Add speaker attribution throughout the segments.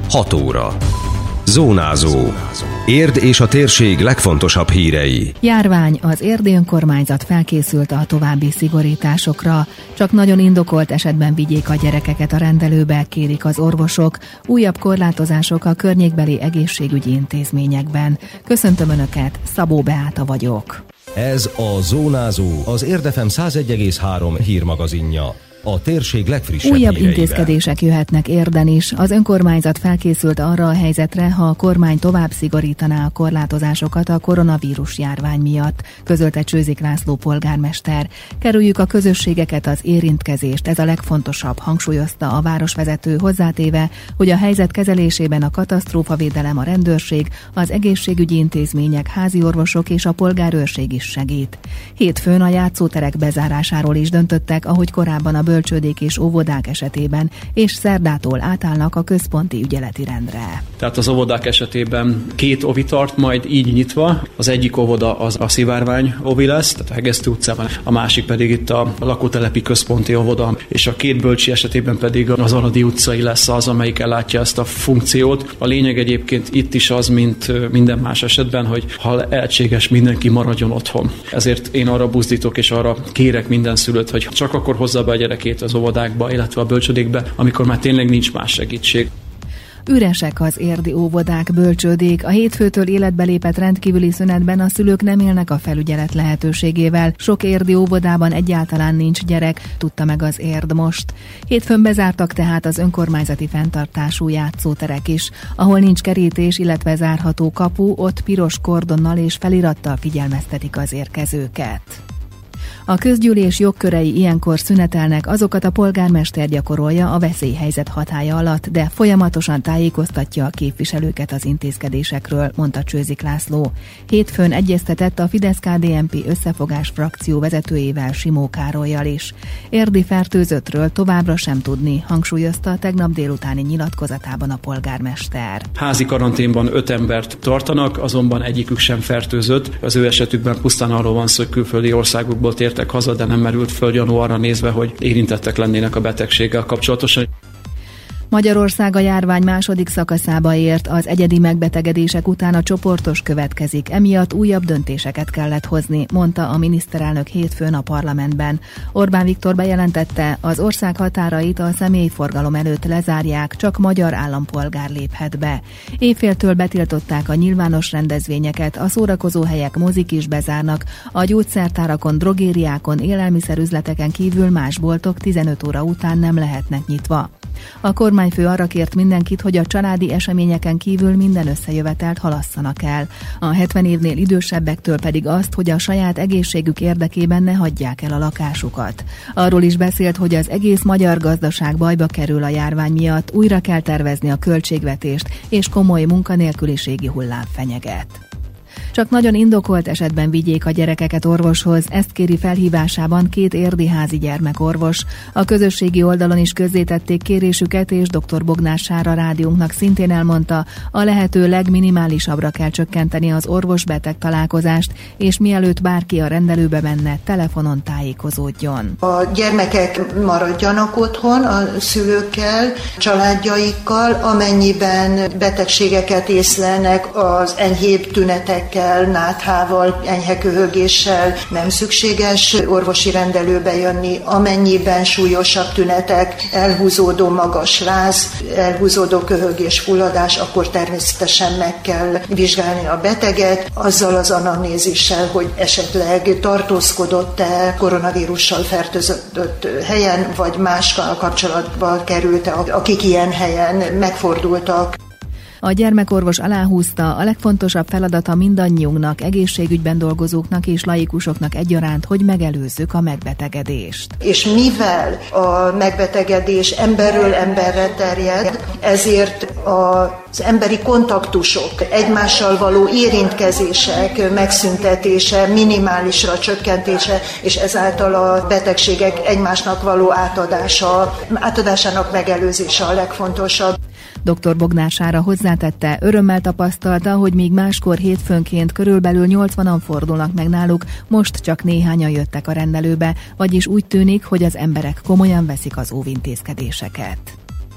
Speaker 1: 6 óra. Zónázó. Érd és a térség legfontosabb hírei.
Speaker 2: Járvány. Az érdi önkormányzat felkészült a további szigorításokra. Csak nagyon indokolt esetben vigyék a gyerekeket a rendelőbe, kérik az orvosok. Újabb korlátozások a környékbeli egészségügyi intézményekben. Köszöntöm Önöket, Szabó Beáta vagyok.
Speaker 1: Ez a Zónázó, az Érd FM 101,3 hírmagazinja. A térség legfrissebb
Speaker 2: Újabb
Speaker 1: híreivel.
Speaker 2: intézkedések jöhetnek Érden is. Az önkormányzat felkészült arra a helyzetre, ha a kormány tovább szigorítaná a korlátozásokat a koronavírus járvány miatt, közölte Csőzik László polgármester. Kerüljük a közösségeket, az érintkezést, ez a legfontosabb, hangsúlyozta a városvezető, hozzátéve, hogy a helyzet kezelésében a katasztrófavédelem, a rendőrség, az egészségügyi intézmények, házi orvosok és a polgárőrség is segít. Hétfőn a játszóterek bezárásáról is döntöttek, ahogy korábban a bölcsődék és óvodák esetében, és szerdától átállnak a központi ügyeleti rendre.
Speaker 3: Tehát az óvodák esetében 2 ovi tart majd így nyitva. Az egyik óvoda az a Szivárvány ovi lesz, tehát a Hegesztő utcában, a másik pedig itt a lakótelepi központi óvoda, és a 2 bölcsi esetében pedig az Aradi utcai lesz az, amelyik ellátja ezt a funkciót. A lényeg egyébként itt is az, mint minden más esetben, hogy ha lehetséges, mindenki maradjon otthon. Ezért én arra buzdítok és arra kérek minden szülőt, hogy csak akkor hozza be a gyerekét az óvodákba, illetve a bölcsödékbe, amikor már tényleg nincs más segítség.
Speaker 2: Üresek az érdi óvodák, bölcsődék. A hétfőtől életbe lépett rendkívüli szünetben a szülők nem élnek a felügyelet lehetőségével. Sok érdi óvodában egyáltalán nincs gyerek, tudta meg az Érd most. Hétfőn bezártak tehát az önkormányzati fenntartású játszóterek is. Ahol nincs kerítés, illetve zárható kapu, ott piros kordonnal és felirattal figyelmeztetik az érkezőket. A közgyűlés jogkörei ilyenkor szünetelnek, azokat a polgármester gyakorolja a veszélyhelyzet hatálya alatt, de folyamatosan tájékoztatja a képviselőket az intézkedésekről, mondta Csőzik László. Hétfőn egyeztetett a Fidesz-KDNP összefogás frakció vezetőjével, Simó Károllyal is. Érdi fertőzöttről továbbra sem tudni, hangsúlyozta a tegnap délutáni nyilatkozatában a polgármester.
Speaker 3: Házi karanténban 5 embert tartanak, azonban egyikük sem fertőzött. Az ő esetükben pusztán arról van szó, hogy külföldi országokból tértek haza, de nem merült föl gyanú arra nézve, hogy érintettek lennének a betegséggel kapcsolatosan.
Speaker 2: Magyarország a járvány második szakaszába ért, az egyedi megbetegedések után a csoportos következik, emiatt újabb döntéseket kellett hozni, mondta a miniszterelnök hétfőn a parlamentben. Orbán Viktor bejelentette, az ország határait a személyforgalom előtt lezárják, csak magyar állampolgár léphet be. Éjféltől betiltották a nyilvános rendezvényeket, a szórakozóhelyek, mozik is bezárnak, a gyógyszertárakon, drogériákon, élelmiszerüzleteken kívül más boltok 15 óra után nem lehetnek nyitva. A kormányfő arra kért mindenkit, hogy a családi eseményeken kívül minden összejövetelt halasszanak el. A 70 évnél idősebbektől pedig azt, hogy a saját egészségük érdekében ne hagyják el a lakásukat. Arról is beszélt, hogy az egész magyar gazdaság bajba kerül a járvány miatt, újra kell tervezni a költségvetést, és komoly munkanélküliségi hullám fenyeget. Csak nagyon indokolt esetben vigyék a gyerekeket orvoshoz, ezt kéri felhívásában 2 érdi házi gyermekorvos. A közösségi oldalon is közzétették kérésüket, és dr. Bognár Sára rádiónknak szintén elmondta, a lehető legminimálisabbra kell csökkenteni az orvos-beteg találkozást, és mielőtt bárki a rendelőbe menne, telefonon tájékozódjon.
Speaker 4: A gyermekek maradjanak otthon a szülőkkel, családjaikkal, amennyiben betegségeket észlelnek az enyhébb tünetekkel, náthával, enyhe köhögéssel, nem szükséges orvosi rendelőbe jönni, amennyiben súlyosabb tünetek, elhúzódó magas láz, elhúzódó köhögés, fulladás, akkor természetesen meg kell vizsgálni a beteget, azzal az anamnézissel, hogy esetleg tartózkodott-e koronavírussal fertőzött helyen, vagy mással kapcsolatba került-e, akik ilyen helyen megfordultak.
Speaker 2: A gyermekorvos aláhúzta, a legfontosabb feladata mindannyiunknak, egészségügyben dolgozóknak és laikusoknak egyaránt, hogy megelőzzük a megbetegedést.
Speaker 4: És mivel a megbetegedés emberről emberre terjed, ezért az emberi kontaktusok, egymással való érintkezések megszüntetése, minimálisra csökkentése, és ezáltal a betegségek egymásnak való átadásának megelőzése a legfontosabb.
Speaker 2: Dr. Bognár Sára hozzátette, örömmel tapasztalta, hogy míg máskor hétfőnként körülbelül 80-an fordulnak meg náluk, most csak néhányan jöttek a rendelőbe, vagyis úgy tűnik, hogy az emberek komolyan veszik az óvintézkedéseket.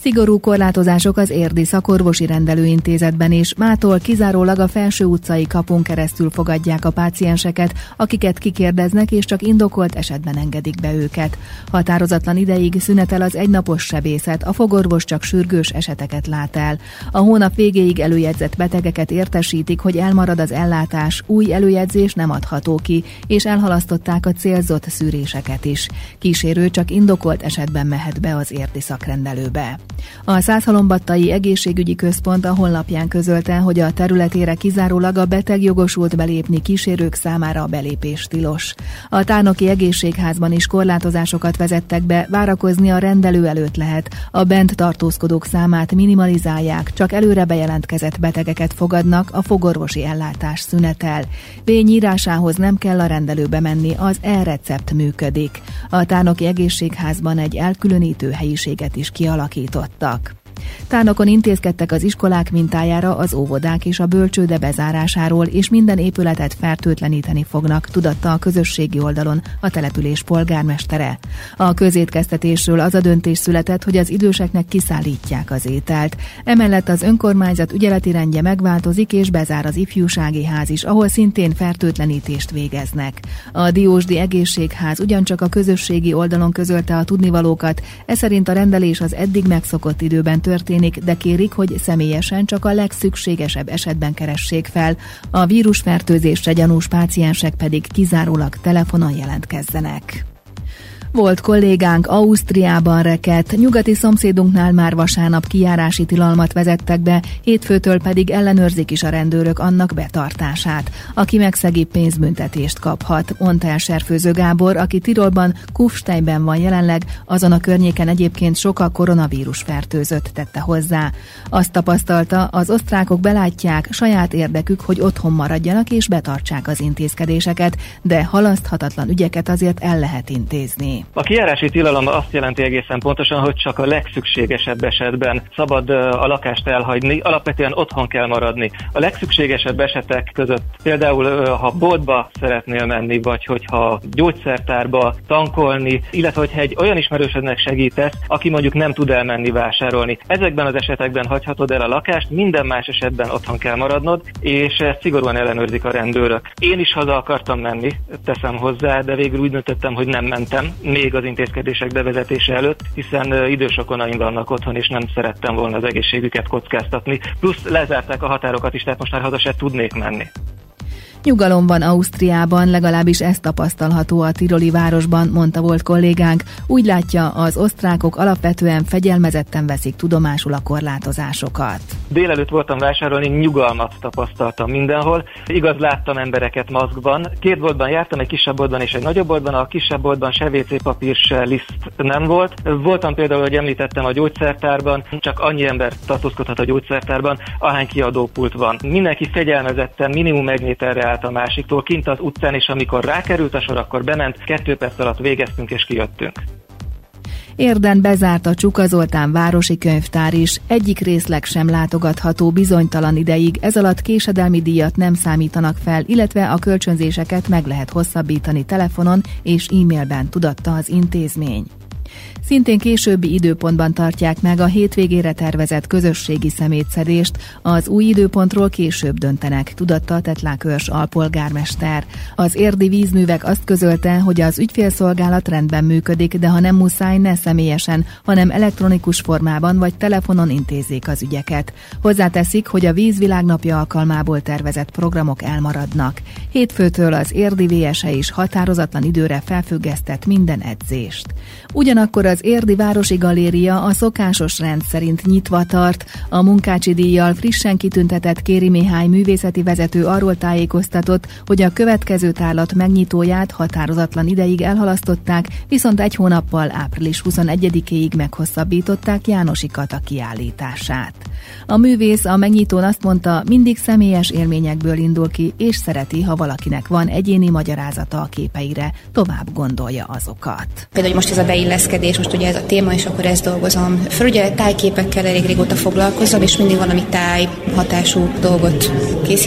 Speaker 2: Szigorú korlátozások az érdi szakorvosi rendelőintézetben is. Mától kizárólag a Felső utcai kapun keresztül fogadják a pácienseket, akiket kikérdeznek, és csak indokolt esetben engedik be őket. Határozatlan ideig szünetel az egynapos sebészet, a fogorvos csak sürgős eseteket lát el. A hónap végéig előjegyzett betegeket értesítik, hogy elmarad az ellátás, új előjegyzés nem adható ki, és elhalasztották a célzott szűréseket is. Kísérő csak indokolt esetben mehet be az érdi szakrendelőbe. A Százhalombattai Egészségügyi Központ a honlapján közölte, hogy a területére kizárólag a beteg jogosult belépni, kísérők számára a belépés tilos. A Tárnoki Egészségházban is korlátozásokat vezettek be, várakozni a rendelő előtt lehet. A bent tartózkodók számát minimalizálják, csak előre bejelentkezett betegeket fogadnak, a fogorvosi ellátás szünetel. Vényírásához nem kell a rendelőbe menni, az e-recept működik. A Tárnoki Egészségházban egy elkülönítő helyiséget is kialakítottak. Tárnokon intézkedtek az iskolák mintájára az óvodák és a bölcsőde bezárásáról, és minden épületet fertőtleníteni fognak, tudatta a közösségi oldalon a település polgármestere. A közétkeztetésről az a döntés született, hogy az időseknek kiszállítják az ételt. Emellett az önkormányzat ügyeleti rendje megváltozik, és bezár az ifjúsági ház is, ahol szintén fertőtlenítést végeznek. A Diósdi Egészségház ugyancsak a közösségi oldalon közölte a tudnivalókat, ez szerint a rendelés az eddig megszokott időben történik, de kérik, hogy személyesen csak a legszükségesebb esetben keressék fel. A vírusfertőzésre gyanús páciensek pedig kizárólag telefonon jelentkezzenek. Volt kollégánk Ausztriában rekedt, nyugati szomszédunknál már vasárnap kijárási tilalmat vezettek be, hétfőtől pedig ellenőrzik is a rendőrök annak betartását. Aki megszegi, pénzbüntetést kaphat, mondta el Serfőző Gábor, aki Tirolban, Kufsteinben van jelenleg, azon a környéken egyébként sok a koronavírus fertőzött, tette hozzá. Azt tapasztalta, az osztrákok belátják, saját érdekük, hogy otthon maradjanak és betartsák az intézkedéseket, de halaszthatatlan ügyeket azért el lehet intézni.
Speaker 5: A kijárási tilalom azt jelenti egészen pontosan, hogy csak a legszükségesebb esetben szabad a lakást elhagyni, alapvetően otthon kell maradni. A legszükségesebb esetek között például, ha boltba szeretnél menni, vagy hogyha gyógyszertárba tankolni, illetve hogyha egy olyan ismerősödnek segítesz, aki mondjuk nem tud elmenni vásárolni. Ezekben az esetekben hagyhatod el a lakást, minden más esetben otthon kell maradnod, és ezt szigorúan ellenőrzik a rendőrök. Én is haza akartam menni, teszem hozzá, de végül úgy döntöttem, hogy nem mentem. Még az intézkedések bevezetése előtt, hiszen idős rokonaim vannak otthon, és nem szerettem volna az egészségüket kockáztatni. Plusz lezárták a határokat is, tehát most már haza se tudnék menni.
Speaker 2: Nyugalom van Ausztriában, legalábbis ez tapasztalható a tiroli városban, mondta volt kollégánk. Úgy látja, az osztrákok alapvetően fegyelmezetten veszik tudomásul a korlátozásokat.
Speaker 5: Délelőtt voltam vásárolni, nyugalmat tapasztaltam mindenhol. Igaz, láttam embereket maszkban. 2 boltban jártam, egy kisebb boltban és egy nagyobb boltban. A kisebb boltban se WC papír, se liszt nem volt. Voltam például, hogy említettem, a gyógyszertárban, csak annyi ember tartózkodhat a gyógyszertárban, ahány kiadópult van. Mindenki fegyelmezetten, minimum 1 méterre a másiktól, kint az utcán, és amikor rákerült a sor, akkor bement, 2 perc alatt végeztünk és kijöttünk.
Speaker 2: Érden bezárt a Csuka Zoltán városi könyvtár is, egyik részleg sem látogatható bizonytalan ideig, ez alatt késedelmi díjat nem számítanak fel, illetve a kölcsönzéseket meg lehet hosszabbítani telefonon és e-mailben, tudatta az intézmény. Szintén későbbi időpontban tartják meg a hétvégére tervezett közösségi szemétszedést, az új időpontról később döntenek, tudatta Tetlák Őrs alpolgármester. Az érdi vízművek azt közölte, hogy az ügyfélszolgálat rendben működik, de ha nem muszáj, ne személyesen, hanem elektronikus formában vagy telefonon intézzék az ügyeket. Hozzáteszik, hogy a Vízvilágnapja alkalmából tervezett programok elmaradnak. Hétfőtől az érdi VSE is határozatlan időre felfüggesztett minden edzést. Ugyanakkor az Érdi Városi Galéria a szokásos rend szerint nyitva tart. A Munkácsi díjjal frissen kitüntetett Kéri Mihály művészeti vezető arról tájékoztatott, hogy a következő tárlat megnyitóját határozatlan ideig elhalasztották, viszont 1 hónappal április 21-ig meghosszabbították Jánosi Kata kiállítását. A művész a megnyitón azt mondta, mindig személyes élményekből indul ki, és szereti, ha valakinek van egyéni magyarázata a képeire, tovább gondolja azokat.
Speaker 6: Például most ez a beilleszkedés, most ugye ez a téma, és akkor ezt dolgozom föl. Ugye tájképekkel elég régóta foglalkozom, és mindig valami táj hatású dolgot készítek.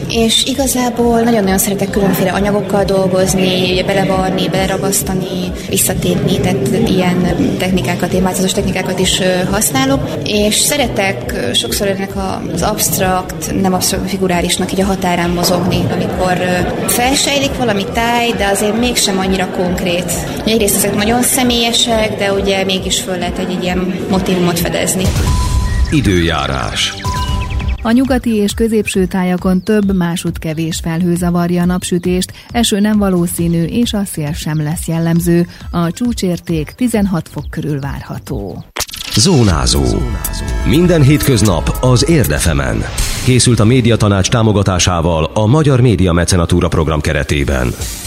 Speaker 6: És igazából nagyon-nagyon szeretek különféle anyagokkal dolgozni, belevarni, beleragasztani, visszatépni, tehát ilyen technikákat, ilyen változós technikákat is használok, és szeretek sokszor ennek az absztrakt, nem absztrakt, figurálisnak így a határán mozogni, amikor felsejlik valami táj, de azért mégsem annyira konkrét. Egyrészt ezek nagyon személyesek, de ugye mégis föl lehet egy ilyen motívumot fedezni.
Speaker 1: Időjárás.
Speaker 2: A nyugati és középső tájakon több, másút kevés felhő zavarja a napsütést, eső nem valószínű, és a szél sem lesz jellemző. A csúcsérték 16 fok körül várható.
Speaker 1: Zónázó. Minden hétköznap az Érd FM-en. Készült a Médiatanács támogatásával a Magyar Média Mecenatúra program keretében.